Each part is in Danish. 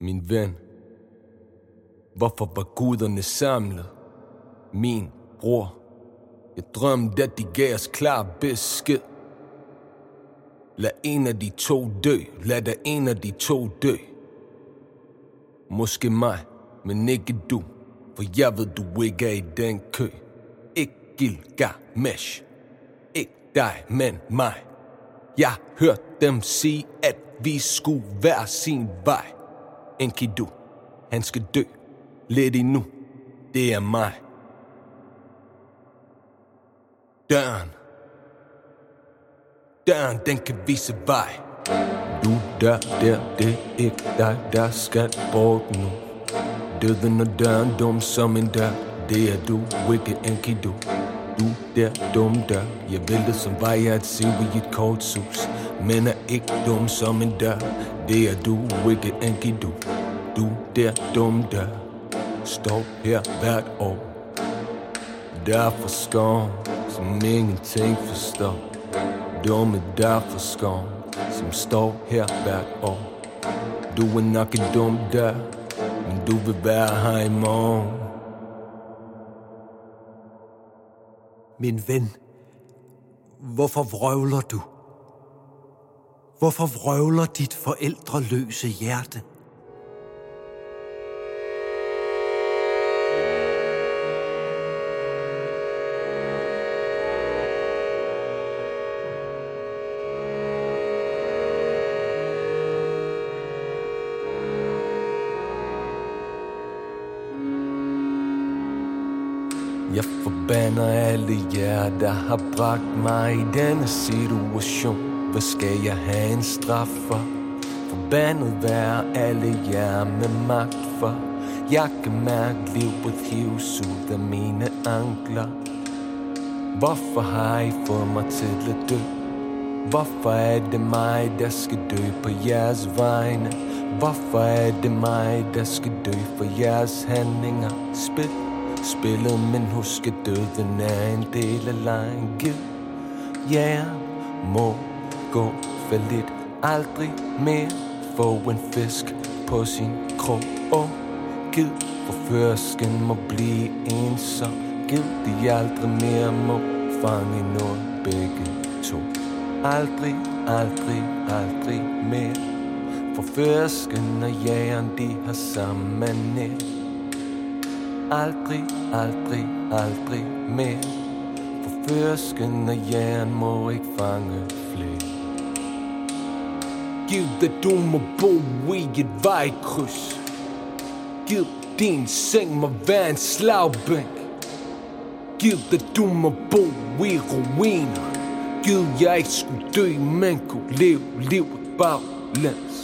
Min ven, hvorfor var guderne samlet? Min bror, jeg drømte, at de gav os klar besked. Lad en af de to dø, lad da en af de to dø. Måske mig, men ikke du, for jeg ved, du ikke er i den kø. Ikke Gilgamesh, ikke dig, men mig. Jeg hørte dem sige, at vi skulle hver sin vej. Enkidu, han skal dø lidt endnu, det er mig. Døren, den kan vise vej. Du der, det er ikke dig, der skal bort nu. Døden og døren, dum som en dør, det er du, wicked Enkidu. Du der, dum dør, jeg væltede som vej at se i et kortshus. Men er ikke dum som en dør, det er du, wicked Enkidu. Du der, dum dør, står her hvert år. Derfor skåren, som ingenting forstår. Dumme derfor skåren, som står her hvert år. Du er nok en dum dør, men du vil være her i morgen. Min ven, hvorfor vrøvler du? Hvorfor vrøvler dit forældreløse hjerte? Jeg forbander alle jer, der har bragt mig i denne situation. Hvad skal jeg have en straf for? Forbandet være alle jer med magt for. Jeg kan mærke livet hives ud af mine ankler. Hvorfor har I fået mig til at dø? Hvorfor er det mig, der skal dø på jeres vegne? Hvorfor er det mig, der skal dø for jeres handlinger? Spillet, men husk at døden er en del af lejen. Gid, ja, må gå fallit. Aldrig mere få en fisk på sin krog. Gid, forførsken må blive ensom. Gid, de aldrig mere må fange noget begge to. Aldrig, aldrig, aldrig mere. Forførsken og jægeren, de har samme manér. Aldrig, aldrig, aldrig mere. Forførsken og jægeren må ikke fange flere. Giv at du må bo i et vejkryds. Giv din seng må være en slagbænk. Giv at du må bo i ruiner. Giv jeg ikke skulle dø, men kunne leve livet baglæns.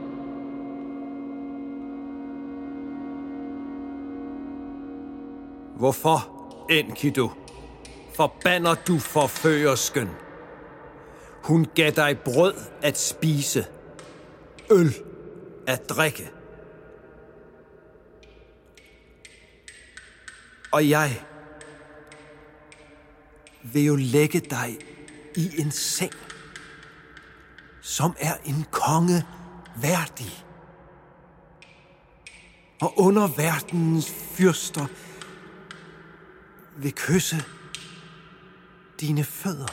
Hvorfor, Enkidu, forbander du forførersken? Hun gav dig brød at spise, øl at drikke. Og jeg vil jo lægge dig i en seng, som er en konge værdig. Og under verdenens fyrster vil kysse dine fødder.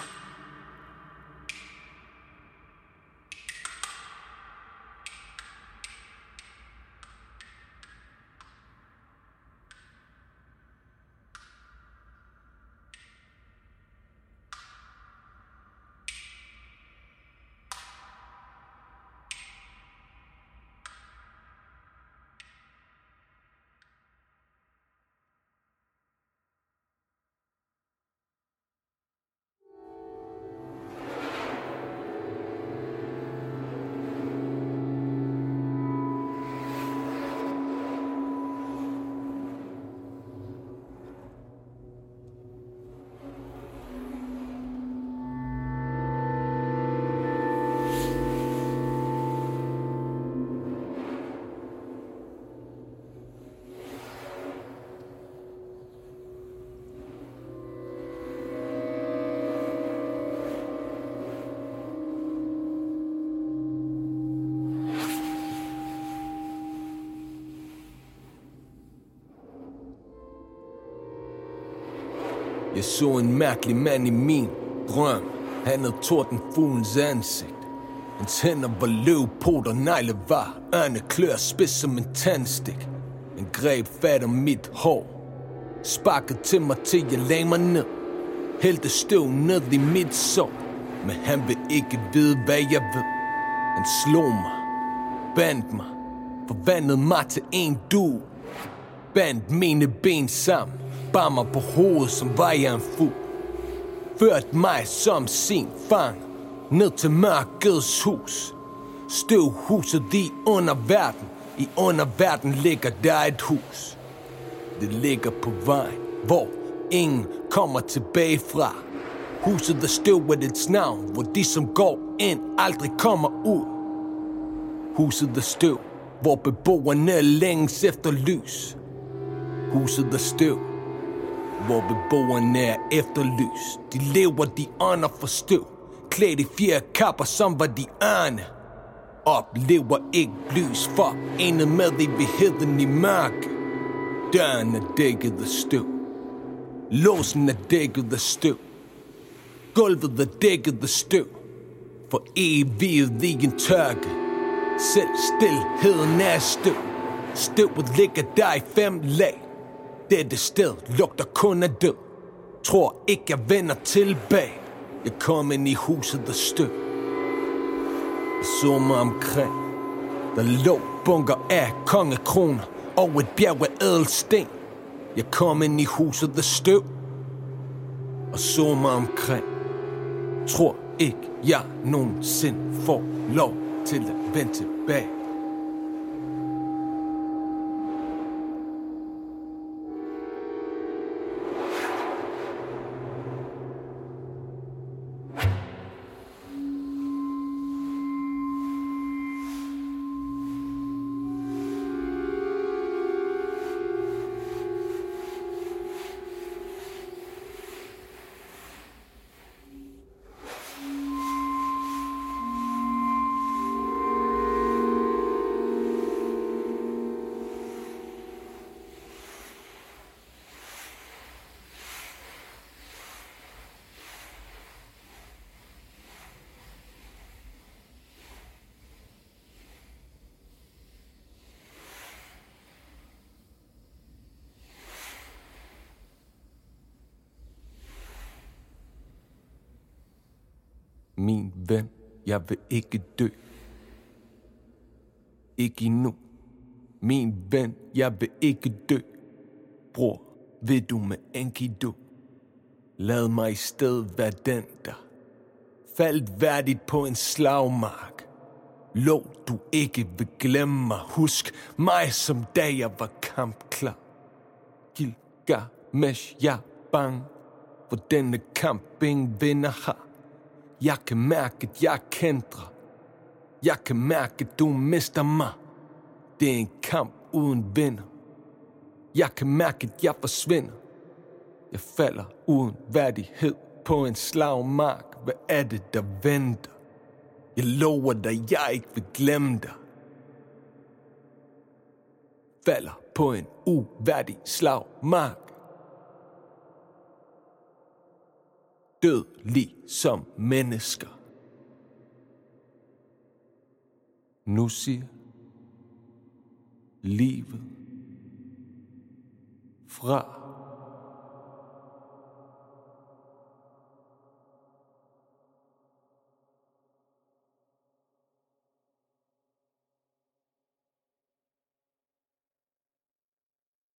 Jeg så en mærkelig mand i min drøm. Han havde tordenfuglens ansigt. Hans hænder var løvpot og negle var ørneklør spids som en tandstik. Han greb fat om mit hår, sparkede til mig til jeg lagde mig ned. Hældte støv ned i mit sår, men han vil ikke vide hvad jeg ved. Han slog mig, bandt mig, forvandlede mig til en du. Bandt mine ben sammen, bar mig på hovedet som var jeg en fugl. Førte mig som sin fang ned til mørkets hus. Støvhuset i underverden. I underverden ligger der et hus. Det ligger på vejen, hvor ingen kommer tilbage fra. Huset der støv er dets navn, hvor de som går ind aldrig kommer ud. Huset der støv, hvor beboerne længes efter lys. Huset der støv, hvor beboerne er efterlyst. De lever, de ånder for støv, klædt i 4 kapper, som var de ørne. Oplever ikke lys for enet med evigheden i mørke. Døren er dækket af støv, låsen er dækket af støv, gulvet er dækket af støv, for evigt i en tørke. Selv stilheden er støv. Støvet ligger der i 5 lag. Dette sted lugter kun af død. Tror ikke jeg vender tilbage. Jeg kom ind i huset af støv. Jeg så mig omkring. Der lå bunker af kongekroner og et bjerg af ædelsten. Jeg kom ind i huset af støv og så mig omkring. Tror ikke jeg nogensinde får lov til at vende tilbage. Min ven, jeg vil ikke dø. Ikke endnu. Min ven, jeg vil ikke dø. Bror, vil du med enkidu? Lad mig i stedet være den, der faldt værdigt på en slagmark. Lov du ikke vil glemme mig. Husk mig som da jeg var kampklar. Gilgamesh, jeg er bange for denne kamp ingen vinder har. Jeg kan mærke, at jeg kæntrer. Jeg kan mærke, at du mister mig. Det er en kamp uden vinder. Jeg kan mærke, at jeg forsvinder. Jeg falder uden værdighed på en slagmark. Hvad er det, der venter? Jeg lover dig, jeg ikke vil glemme dig. Falder på en uværdig slagmark. Død lige som mennesker. Nu siger livet fra